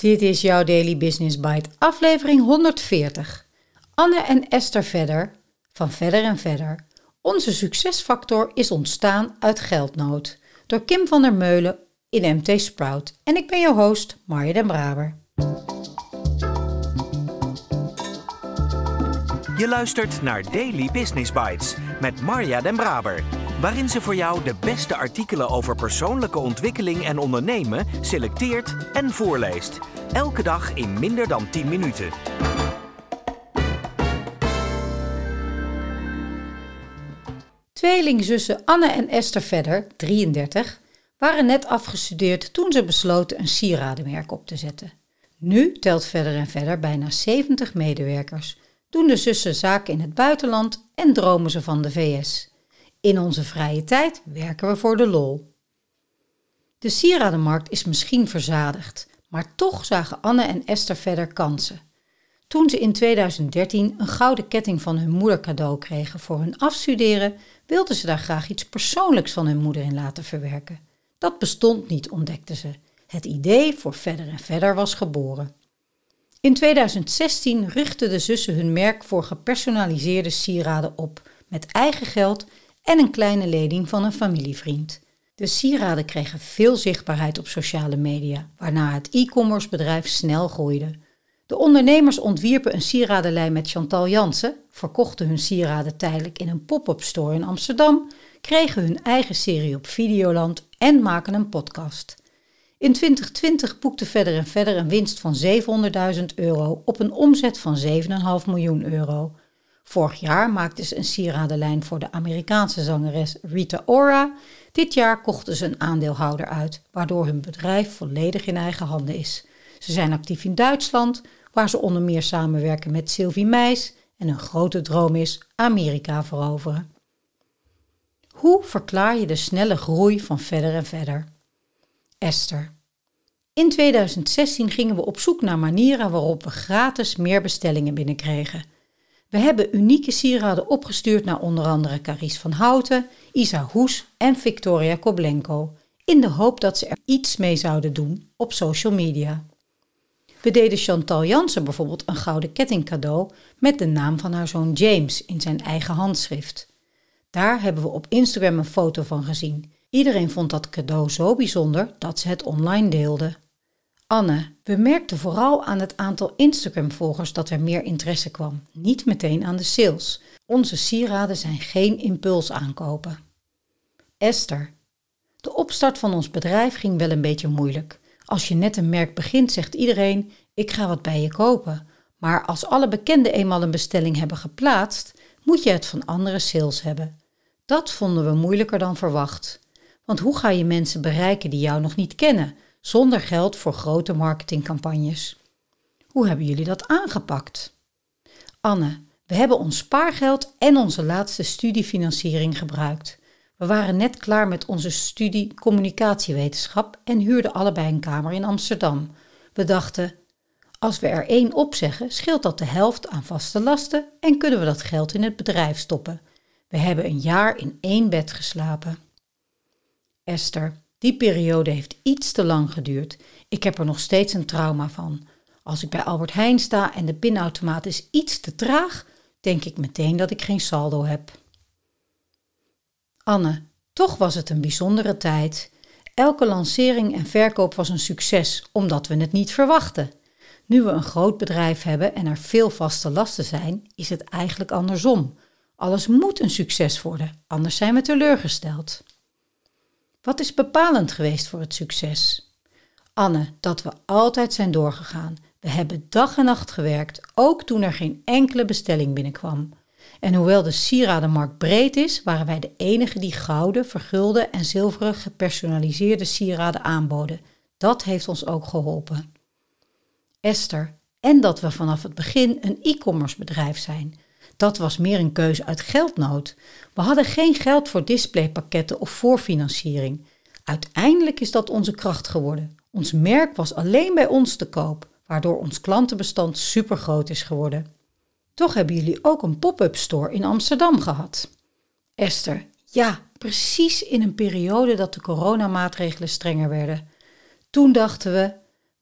Dit is jouw Daily Business Bite, aflevering 140. Anne en Esther Vedder van Vedder & Vedder. Onze succesfactor is ontstaan uit geldnood. Door Kim van der Meulen in MT Sprout. En ik ben jouw host, Marja den Braber. Je luistert naar Daily Business Bites met Marja den Braber. Waarin ze voor jou de beste artikelen over persoonlijke ontwikkeling en ondernemen selecteert en voorleest. Elke dag in minder dan 10 minuten. Tweelingzussen Anne en Esther Vedder, 33, waren net afgestudeerd toen ze besloten een sieradenmerk op te zetten. Nu telt Vedder & Vedder bijna 70 medewerkers, doen de zussen zaken in het buitenland en dromen ze van de VS. In onze vrije tijd werken we voor de lol. De sieradenmarkt is misschien verzadigd, maar toch zagen Anne en Esther Vedder kansen. Toen ze in 2013 een gouden ketting van hun moeder cadeau kregen voor hun afstuderen, wilden ze daar graag iets persoonlijks van hun moeder in laten verwerken. Dat bestond niet, ontdekten ze. Het idee voor Vedder & Vedder was geboren. In 2016 richtten de zussen hun merk voor gepersonaliseerde sieraden op, met eigen geld en een kleine lening van een familievriend. De sieraden kregen veel zichtbaarheid op sociale media, waarna het e-commerce bedrijf snel groeide. De ondernemers ontwierpen een sieradenlijn met Chantal Jansen, verkochten hun sieraden tijdelijk in een pop-up store in Amsterdam, kregen hun eigen serie op Videoland en maken een podcast. In 2020 boekte Vedder & Vedder een winst van €700.000 op een omzet van €7,5 miljoen. Vorig jaar maakten ze een sieradenlijn voor de Amerikaanse zangeres Rita Ora. Dit jaar kochten ze een aandeelhouder uit, waardoor hun bedrijf volledig in eigen handen is. Ze zijn actief in Duitsland, waar ze onder meer samenwerken met Sylvie Meijs en hun grote droom is Amerika veroveren. Hoe verklaar je de snelle groei van Vedder & Vedder? Esther. In 2016 gingen we op zoek naar manieren waarop we gratis meer bestellingen binnenkregen. We hebben unieke sieraden opgestuurd naar onder andere Carice van Houten, Isa Hoes en Victoria Koblenko, in de hoop dat ze er iets mee zouden doen op social media. We deden Chantal Jansen bijvoorbeeld een gouden ketting cadeau met de naam van haar zoon James in zijn eigen handschrift. Daar hebben we op Instagram een foto van gezien. Iedereen vond dat cadeau zo bijzonder dat ze het online deelde. Anne, we merkten vooral aan het aantal Instagram-volgers dat er meer interesse kwam, niet meteen aan de sales. Onze sieraden zijn geen impulsaankopen. Esther, de opstart van ons bedrijf ging wel een beetje moeilijk. Als je net een merk begint, zegt iedereen, ik ga wat bij je kopen. Maar als alle bekenden eenmaal een bestelling hebben geplaatst, moet je het van andere sales hebben. Dat vonden we moeilijker dan verwacht. Want hoe ga je mensen bereiken die jou nog niet kennen, zonder geld voor grote marketingcampagnes? Hoe hebben jullie dat aangepakt? Anne, we hebben ons spaargeld en onze laatste studiefinanciering gebruikt. We waren net klaar met onze studie communicatiewetenschap en huurden allebei een kamer in Amsterdam. We dachten, als we er 1 opzeggen, scheelt dat de helft aan vaste lasten en kunnen we dat geld in het bedrijf stoppen. We hebben een jaar in 1 bed geslapen. Esther, die periode heeft iets te lang geduurd. Ik heb er nog steeds een trauma van. Als ik bij Albert Heijn sta en de pinautomaat is iets te traag, denk ik meteen dat ik geen saldo heb. Anne, toch was het een bijzondere tijd. Elke lancering en verkoop was een succes, omdat we het niet verwachten. Nu we een groot bedrijf hebben en er veel vaste lasten zijn, is het eigenlijk andersom. Alles moet een succes worden, anders zijn we teleurgesteld. Wat is bepalend geweest voor het succes? Anne, dat we altijd zijn doorgegaan. We hebben dag en nacht gewerkt, ook toen er geen enkele bestelling binnenkwam. En hoewel de sieradenmarkt breed is, waren wij de enige die gouden, vergulde en zilveren gepersonaliseerde sieraden aanboden. Dat heeft ons ook geholpen. Esther, en dat we vanaf het begin een e-commerce bedrijf zijn. Dat was meer een keuze uit geldnood. We hadden geen geld voor displaypakketten of voorfinanciering. Uiteindelijk is dat onze kracht geworden. Ons merk was alleen bij ons te koop, waardoor ons klantenbestand supergroot is geworden. Toch hebben jullie ook een pop-up store in Amsterdam gehad. Esther, ja, precies in een periode dat de coronamaatregelen strenger werden. Toen dachten we,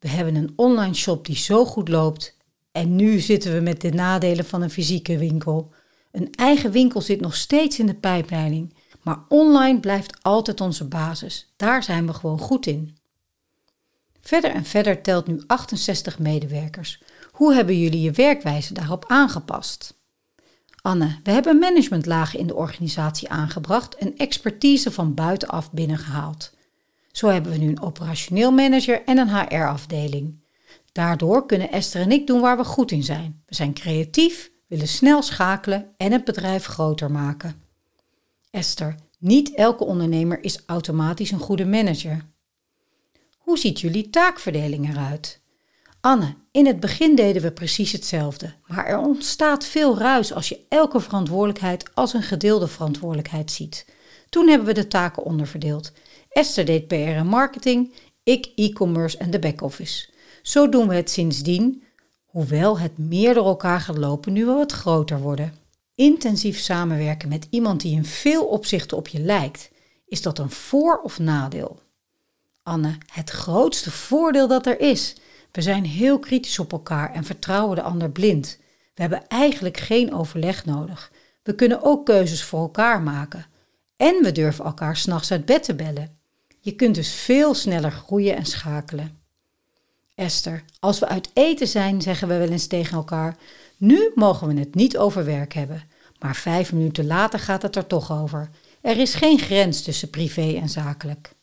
We hebben een online shop die zo goed loopt. En nu zitten we met de nadelen van een fysieke winkel. Een eigen winkel zit nog steeds in de pijpleiding. Maar online blijft altijd onze basis. Daar zijn we gewoon goed in. Verder en Verder telt nu 68 medewerkers. Hoe hebben jullie je werkwijze daarop aangepast? Anne, we hebben managementlagen in de organisatie aangebracht en expertise van buitenaf binnengehaald. Zo hebben we nu een operationeel manager en een HR-afdeling. Daardoor kunnen Esther en ik doen waar we goed in zijn. We zijn creatief, willen snel schakelen en het bedrijf groter maken. Esther, niet elke ondernemer is automatisch een goede manager. Hoe ziet jullie taakverdeling eruit? Anne, in het begin deden we precies hetzelfde, maar er ontstaat veel ruis als je elke verantwoordelijkheid als een gedeelde verantwoordelijkheid ziet. Toen hebben we de taken onderverdeeld. Esther deed PR en marketing, ik e-commerce en de back-office. Zo doen we het sindsdien, hoewel het meer door elkaar gaat lopen nu we wat groter worden. Intensief samenwerken met iemand die in veel opzichten op je lijkt, is dat een voor- of nadeel? Anne, het grootste voordeel dat er is. We zijn heel kritisch op elkaar en vertrouwen de ander blind. We hebben eigenlijk geen overleg nodig. We kunnen ook keuzes voor elkaar maken. En we durven elkaar 's nachts uit bed te bellen. Je kunt dus veel sneller groeien en schakelen. Esther, als we uit eten zijn, zeggen we wel eens tegen elkaar: nu mogen we het niet over werk hebben. Maar 5 minuten later gaat het er toch over. Er is geen grens tussen privé en zakelijk.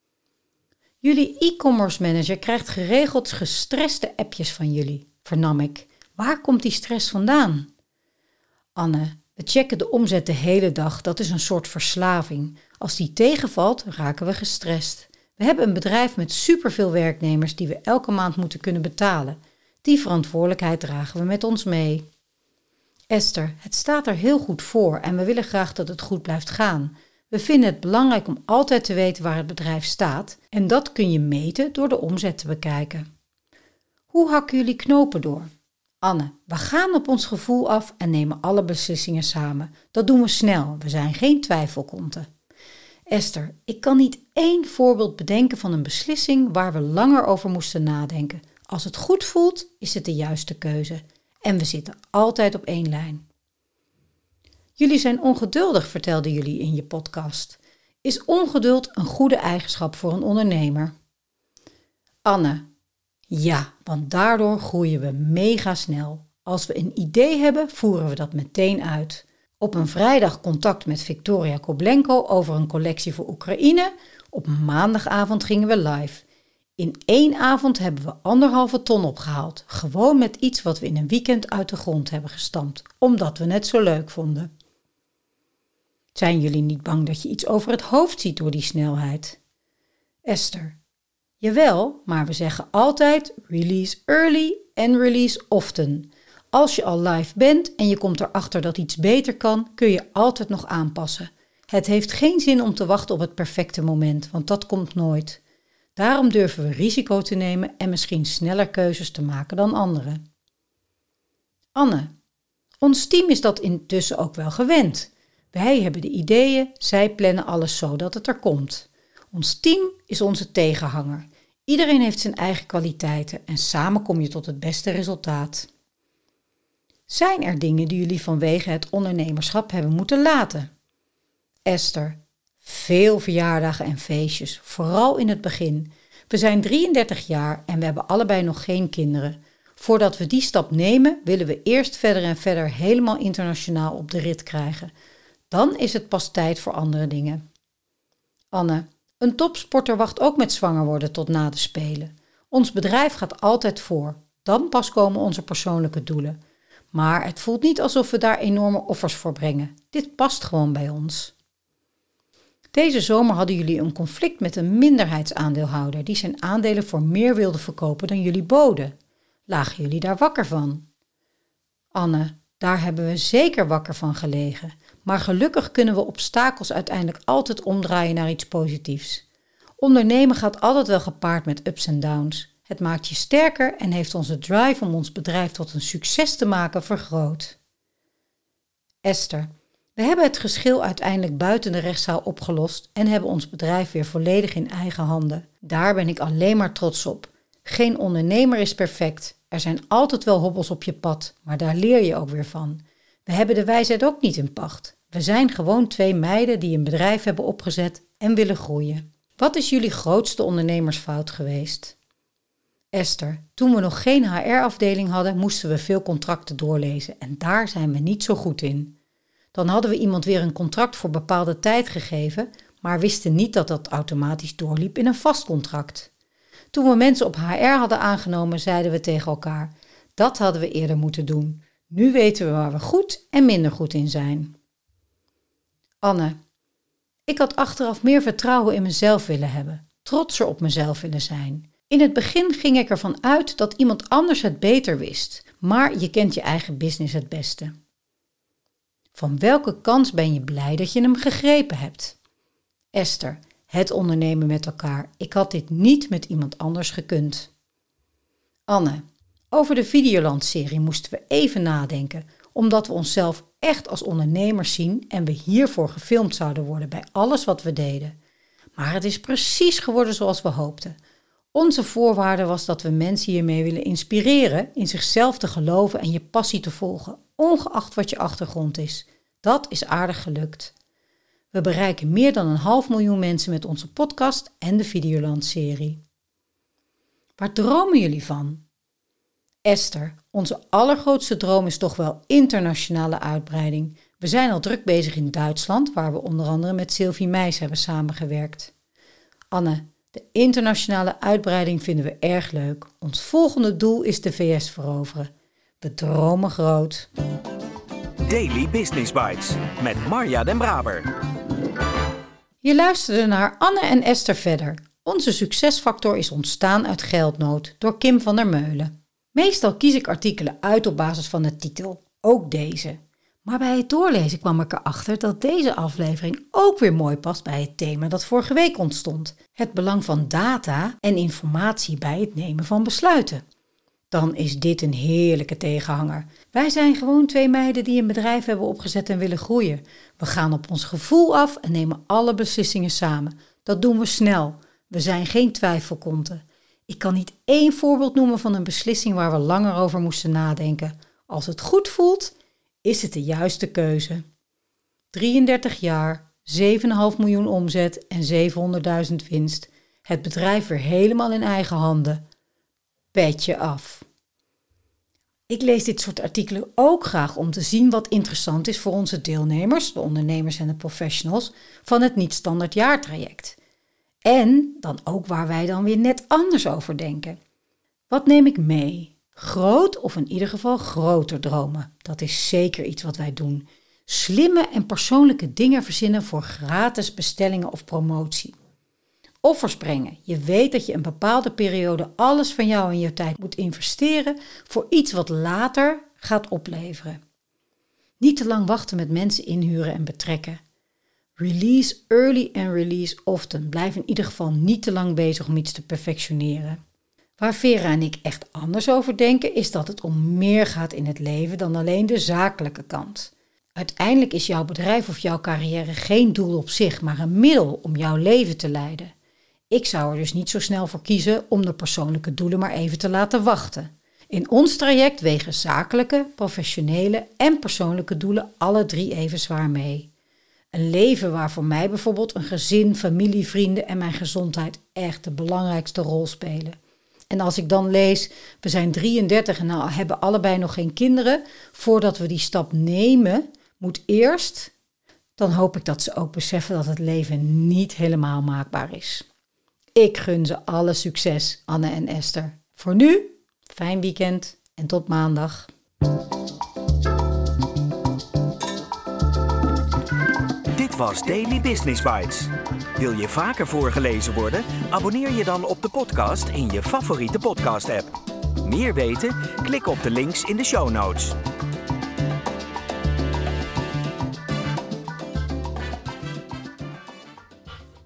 Jullie e-commerce manager krijgt geregeld gestreste appjes van jullie, vernam ik. Waar komt die stress vandaan? Anne, we checken de omzet de hele dag. Dat is een soort verslaving. Als die tegenvalt, raken we gestrest. We hebben een bedrijf met superveel werknemers die we elke maand moeten kunnen betalen. Die verantwoordelijkheid dragen we met ons mee. Esther, het staat er heel goed voor en we willen graag dat het goed blijft gaan. We vinden het belangrijk om altijd te weten waar het bedrijf staat en dat kun je meten door de omzet te bekijken. Hoe hakken jullie knopen door? Anne, we gaan op ons gevoel af en nemen alle beslissingen samen. Dat doen we snel, we zijn geen twijfelkonten. Esther, ik kan niet één voorbeeld bedenken van een beslissing waar we langer over moesten nadenken. Als het goed voelt, is het de juiste keuze. En we zitten altijd op één lijn. Jullie zijn ongeduldig, vertelden jullie in je podcast. Is ongeduld een goede eigenschap voor een ondernemer? Anne, ja, want daardoor groeien we mega snel. Als we een idee hebben, voeren we dat meteen uit. Op een vrijdag contact met Victoria Koblenko over een collectie voor Oekraïne. Op maandagavond gingen we live. In 1 avond hebben we 1,5 ton opgehaald. Gewoon met iets wat we in een weekend uit de grond hebben gestampt. Omdat we het zo leuk vonden. Zijn jullie niet bang dat je iets over het hoofd ziet door die snelheid? Esther. Jawel, maar we zeggen altijd release early en release often. Als je al live bent en je komt erachter dat iets beter kan, kun je altijd nog aanpassen. Het heeft geen zin om te wachten op het perfecte moment, want dat komt nooit. Daarom durven we risico te nemen en misschien sneller keuzes te maken dan anderen. Anne, ons team is dat intussen ook wel gewend. Wij hebben de ideeën, zij plannen alles zo dat het er komt. Ons team is onze tegenhanger. Iedereen heeft zijn eigen kwaliteiten en samen kom je tot het beste resultaat. Zijn er dingen die jullie vanwege het ondernemerschap hebben moeten laten? Esther, veel verjaardagen en feestjes, vooral in het begin. We zijn 33 jaar en we hebben allebei nog geen kinderen. Voordat we die stap nemen, willen we eerst Verder en Verder helemaal internationaal op de rit krijgen. Dan is het pas tijd voor andere dingen. Anne, een topsporter wacht ook met zwanger worden tot na de Spelen. Ons bedrijf gaat altijd voor. Dan pas komen onze persoonlijke doelen. Maar het voelt niet alsof we daar enorme offers voor brengen. Dit past gewoon bij ons. Deze zomer hadden jullie een conflict met een minderheidsaandeelhouder die zijn aandelen voor meer wilde verkopen dan jullie boden. Lagen jullie daar wakker van? Anne, daar hebben we zeker wakker van gelegen. Maar gelukkig kunnen we obstakels uiteindelijk altijd omdraaien naar iets positiefs. Ondernemen gaat altijd wel gepaard met ups en downs. Het maakt je sterker en heeft onze drive om ons bedrijf tot een succes te maken vergroot. Esther, we hebben het geschil uiteindelijk buiten de rechtszaal opgelost en hebben ons bedrijf weer volledig in eigen handen. Daar ben ik alleen maar trots op. Geen ondernemer is perfect. Er zijn altijd wel hobbels op je pad, maar daar leer je ook weer van. We hebben de wijsheid ook niet in pacht. We zijn gewoon 2 meiden die een bedrijf hebben opgezet en willen groeien. Wat is jullie grootste ondernemersfout geweest? Esther, toen we nog geen HR-afdeling hadden, moesten we veel contracten doorlezen en daar zijn we niet zo goed in. Dan hadden we iemand weer een contract voor bepaalde tijd gegeven, maar wisten niet dat dat automatisch doorliep in een vast contract. Toen we mensen op HR hadden aangenomen, zeiden we tegen elkaar, dat hadden we eerder moeten doen. Nu weten we waar we goed en minder goed in zijn. Anne, ik had achteraf meer vertrouwen in mezelf willen hebben, trotser op mezelf willen zijn. In het begin ging ik ervan uit dat iemand anders het beter wist, maar je kent je eigen business het beste. Van welke kans ben je blij dat je hem gegrepen hebt? Esther, het ondernemen met elkaar. Ik had dit niet met iemand anders gekund. Anne, over de Videoland-serie moesten we even nadenken, omdat we onszelf echt als ondernemers zien en we hiervoor gefilmd zouden worden bij alles wat we deden. Maar het is precies geworden zoals we hoopten. Onze voorwaarde was dat we mensen hiermee willen inspireren in zichzelf te geloven en je passie te volgen, ongeacht wat je achtergrond is. Dat is aardig gelukt. We bereiken meer dan 500.000 mensen met onze podcast en de Videoland-serie. Waar dromen jullie van? Esther, onze allergrootste droom is toch wel internationale uitbreiding. We zijn al druk bezig in Duitsland, waar we onder andere met Sylvie Meijs hebben samengewerkt. Anne, de internationale uitbreiding vinden we erg leuk. Ons volgende doel is de VS veroveren. We dromen groot. Daily Business Bites met Marja den Braber. Je luisterde naar Anne en Esther verder. Onze succesfactor is ontstaan uit geldnood door Kim van der Meulen. Meestal kies ik artikelen uit op basis van de titel, ook deze. Maar bij het doorlezen kwam ik erachter dat deze aflevering ook weer mooi past bij het thema dat vorige week ontstond. Het belang van data en informatie bij het nemen van besluiten. Dan is dit een heerlijke tegenhanger. Wij zijn gewoon 2 meiden die een bedrijf hebben opgezet en willen groeien. We gaan op ons gevoel af en nemen alle beslissingen samen. Dat doen we snel. We zijn geen twijfelkonten. Ik kan niet 1 voorbeeld noemen van een beslissing waar we langer over moesten nadenken. Als het goed voelt, is het de juiste keuze. 33 jaar, 7,5 miljoen omzet en 700.000 winst. Het bedrijf weer helemaal in eigen handen. Petje af. Ik lees dit soort artikelen ook graag om te zien wat interessant is voor onze deelnemers, de ondernemers en de professionals, van het niet-standaard jaartraject. En dan ook waar wij dan weer net anders over denken. Wat neem ik mee? Groot of in ieder geval groter dromen. Dat is zeker iets wat wij doen. Slimme en persoonlijke dingen verzinnen voor gratis bestellingen of promotie. Offers brengen. Je weet dat je een bepaalde periode alles van jou en je tijd moet investeren voor iets wat later gaat opleveren. Niet te lang wachten met mensen inhuren en betrekken. Release early en release often. Blijf in ieder geval niet te lang bezig om iets te perfectioneren. Waar Vera en ik echt anders over denken is dat het om meer gaat in het leven dan alleen de zakelijke kant. Uiteindelijk is jouw bedrijf of jouw carrière geen doel op zich, maar een middel om jouw leven te leiden. Ik zou er dus niet zo snel voor kiezen om de persoonlijke doelen maar even te laten wachten. In ons traject wegen zakelijke, professionele en persoonlijke doelen alle 3 even zwaar mee. Een leven waar voor mij bijvoorbeeld een gezin, familie, vrienden en mijn gezondheid echt de belangrijkste rol spelen. En als ik dan lees, we zijn 33 en hebben allebei nog geen kinderen, voordat we die stap nemen, moet eerst, dan hoop ik dat ze ook beseffen dat het leven niet helemaal maakbaar is. Ik gun ze alle succes, Anne en Esther. Voor nu, fijn weekend en tot maandag. Dit was Daily Business Bites. Wil je vaker voorgelezen worden? Abonneer je dan op de podcast in je favoriete podcast-app. Meer weten? Klik op de links in de show notes.